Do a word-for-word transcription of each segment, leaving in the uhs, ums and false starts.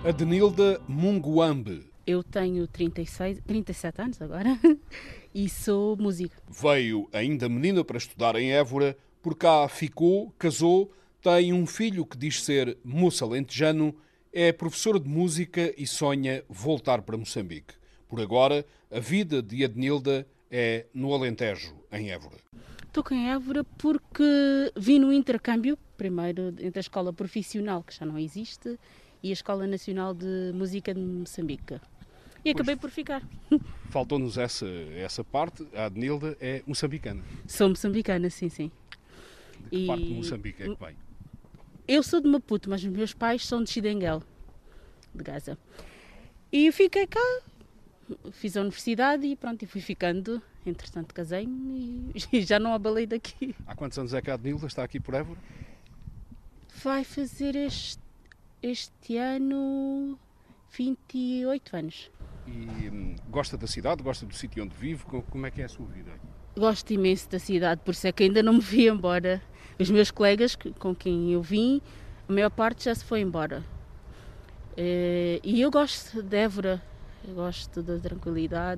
Adenilda Munguambe. Eu tenho trinta e seis, trinta e sete anos agora e sou música. Veio ainda menina para estudar em Évora, por cá ficou, casou, tem um filho que diz ser moçalentejano, é professora de música e sonha voltar para Moçambique. Por agora, a vida de Adenilda é no Alentejo, em Évora. Estou em Évora porque vim no intercâmbio, primeiro entre a escola profissional, que já não existe, e a Escola Nacional de Música de Moçambique. E acabei Pois, por ficar. Faltou-nos essa, essa parte. A Adenilda é moçambicana. Sou moçambicana, sim, sim. De que E... parte de Moçambique é que vem? Eu sou de Maputo, mas os meus pais são de Xidenguel, de Gaza. E fiquei cá, fiz a universidade e pronto, e fui ficando. Entretanto casei-me e já não abalei daqui. Há quantos anos é que a Adenilda está aqui por Évora? Vai fazer este, este ano vinte e oito anos. E hum, gosta da cidade, gosta do sítio onde vive? Como é que é a sua vida aqui? Gosto imenso da cidade, por isso é que ainda não me vi embora. Os meus colegas com quem eu vim, a maior parte já se foi embora. E eu gosto de Évora, eu gosto da tranquilidade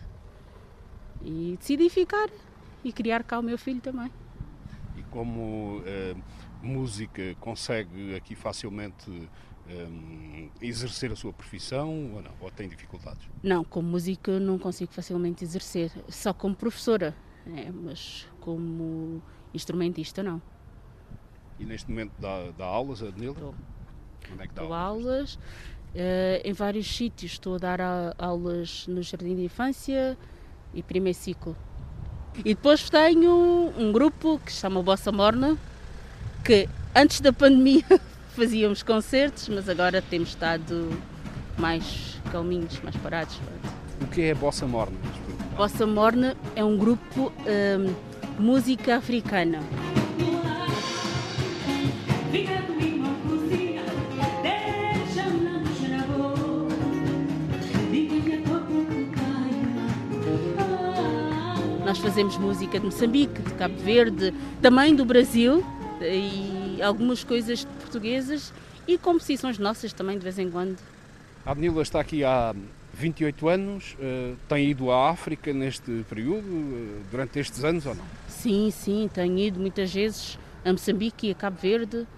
e decidi ficar e criar cá o meu filho também. E como uh, música consegue aqui facilmente um, exercer a sua profissão ou não? Ou tem dificuldades? Não, como música não consigo facilmente exercer, só como professora, é, mas como instrumentista não. E neste momento dá, dá aulas, Adenilda? Dou, Onde é que dá dou aulas? aulas uh, em vários sítios, estou a dar a, aulas no Jardim de Infância e primeiro ciclo. E depois tenho um grupo que se chama Bossa Morna, que antes da pandemia fazíamos concertos, mas agora temos estado mais calminhos, mais parados. O que é a Bossa Morna? Bossa Morna é um grupo um, de música africana. Nós fazemos música de Moçambique, de Cabo Verde, também do Brasil e algumas coisas portuguesas e composições nossas também de vez em quando. A Adenilda está aqui há vinte e oito anos, uh, tem ido à África neste período, uh, durante estes anos ou não? Sim, sim, tenho ido muitas vezes a Moçambique e a Cabo Verde, uh,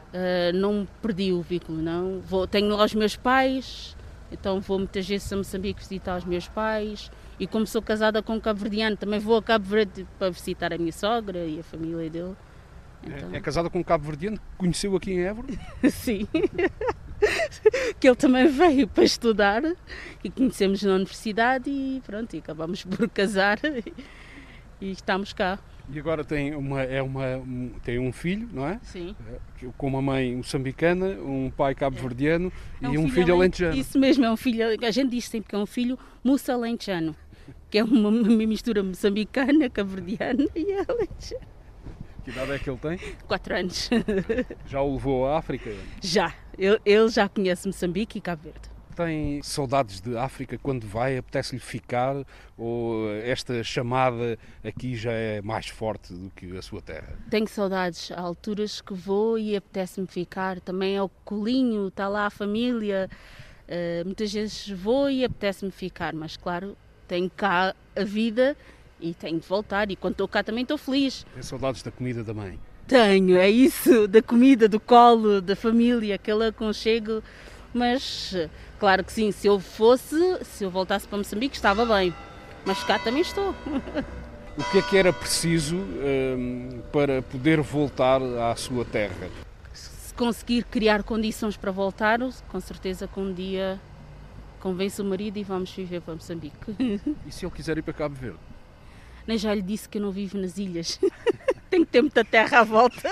não perdi o vínculo, não. Vou, tenho lá os meus pais, então vou muitas vezes a Moçambique visitar os meus pais. E como sou casada com um cabo-verdiano, também vou a Cabo Verde para visitar a minha sogra e a família dele. Então... É, é casada com um cabo-verdiano que conheceu aqui em Évora? Sim, que ele também veio para estudar e conhecemos na universidade e pronto, e acabamos por casar e estamos cá. E agora tem, uma, é uma, tem um filho, não é? Sim. Com uma mãe moçambicana, um pai cabo-verdiano é. é e um um filho, filho alentejano. Isso mesmo, é um filho, a gente diz sempre que é um filho moçalentejano, que é uma, uma mistura moçambicana, cabo-verdiana e alentejana. Que idade é que ele tem? Quatro anos. Já o levou à África? Já, ele, ele já conhece Moçambique e Cabo Verde. Tem saudades de África quando vai? Apetece-lhe ficar? Ou esta chamada aqui já é mais forte do que a sua terra? Tenho saudades. Há alturas que vou e apetece-me ficar. Também é o colinho, está lá a família. Uh, muitas vezes vou e apetece-me ficar. Mas claro, tenho cá a vida e tenho de voltar. E quando estou cá também estou feliz. Tem saudades da comida da mãe? Tenho, é isso. Da comida, do colo, da família, aquele aconchego. Mas, claro que sim, se eu fosse, se eu voltasse para Moçambique, estava bem. Mas cá também estou. O que é que era preciso um, para poder voltar à sua terra? Se conseguir criar condições para voltar, com certeza que um dia convenço o marido e vamos viver para Moçambique. E se ele quiser ir para Cabo Verde? Nem já lhe disse que eu não vivo nas ilhas. Tenho que ter muita terra à volta.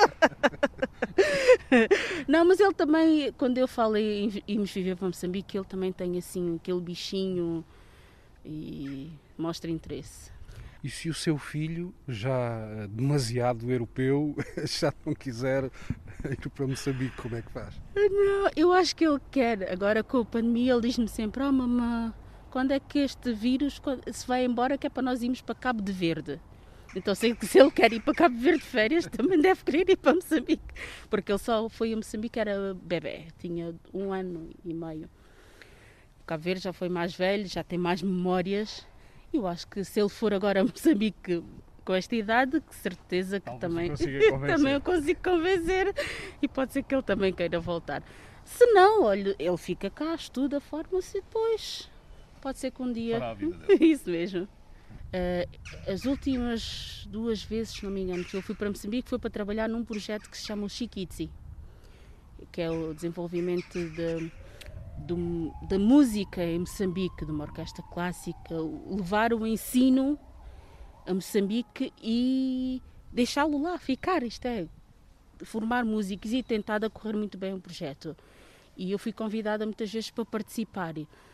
Não, mas ele também, quando eu falei em irmos viver para Moçambique, ele também tem assim aquele bichinho e mostra interesse. E se o seu filho, já demasiado europeu, já não quiser ir para Moçambique, como é que faz? Não, eu acho que ele quer. Agora com a pandemia ele diz-me sempre, oh mamãe, quando é que este vírus se vai embora que é para nós irmos para Cabo de Verde? Então sei que se ele quer ir para Cabo Verde de férias, também deve querer ir para Moçambique. Porque ele só foi a Moçambique, era bebê, tinha um ano e meio. O Cabo Verde já foi mais velho, já tem mais memórias. E eu acho que se ele for agora a Moçambique com esta idade, que certeza que também, também eu consigo convencer. E pode ser que ele também queira voltar. Se não, olha, ele fica cá, estuda, forma-se e depois pode ser que um dia... Para a vida dele. Isso mesmo. Uh, as últimas duas vezes, se não me engano, que eu fui para Moçambique foi para trabalhar num projeto que se chama o Chikitsi, que é o desenvolvimento de, de, da música em Moçambique, de uma orquestra clássica, levar o ensino a Moçambique e deixá-lo lá ficar, isto é, formar músicos, e tentar correr muito bem o projeto. E eu fui convidada muitas vezes para participar.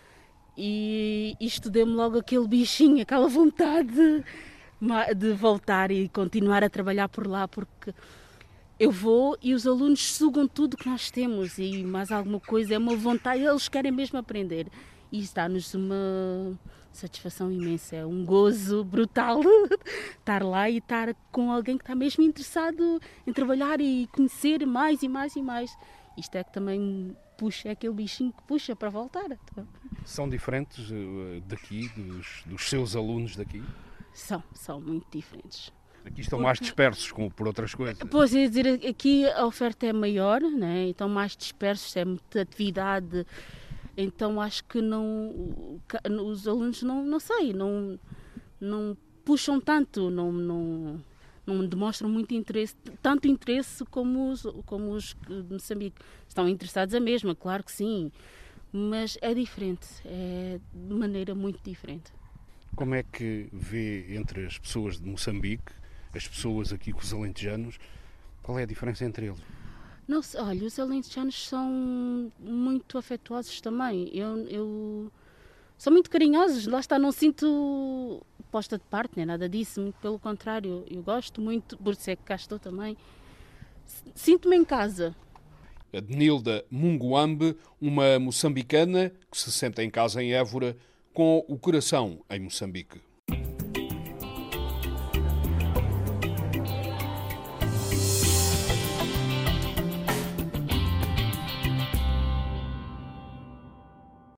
E isto deu-me logo aquele bichinho, aquela vontade de, de voltar e continuar a trabalhar por lá, porque eu vou e os alunos sugam tudo que nós temos e mais alguma coisa, é uma vontade, eles querem mesmo aprender. E isso dá-nos uma satisfação imensa, é um gozo brutal estar lá e estar com alguém que está mesmo interessado em trabalhar e conhecer mais e mais e mais. Isto é que também puxa, é aquele bichinho que puxa para voltar. São diferentes daqui, dos, dos seus alunos daqui? São, são muito diferentes. Aqui estão mais dispersos, como por outras coisas. Pois, é dizer, aqui a oferta é maior, né? Então mais dispersos, é muita atividade, então acho que não, os alunos não, não sei, não, não puxam tanto, não, não, não demonstram muito interesse, tanto interesse como os, como os de Moçambique. Estão interessados a mesma, claro que sim, mas é diferente, é de maneira muito diferente. Como é que vê entre as pessoas de Moçambique, as pessoas aqui com os alentejanos, qual é a diferença entre eles? Não, olha, os alentejanos são muito afetuosos também, eu, eu são muito carinhosos, lá está, não sinto posta de parte, nem nada disso, muito pelo contrário, eu gosto muito, por isso é que cá estou também, sinto-me em casa. A Denilda Munguambe, uma moçambicana que se sente em casa em Évora, com o coração em Moçambique.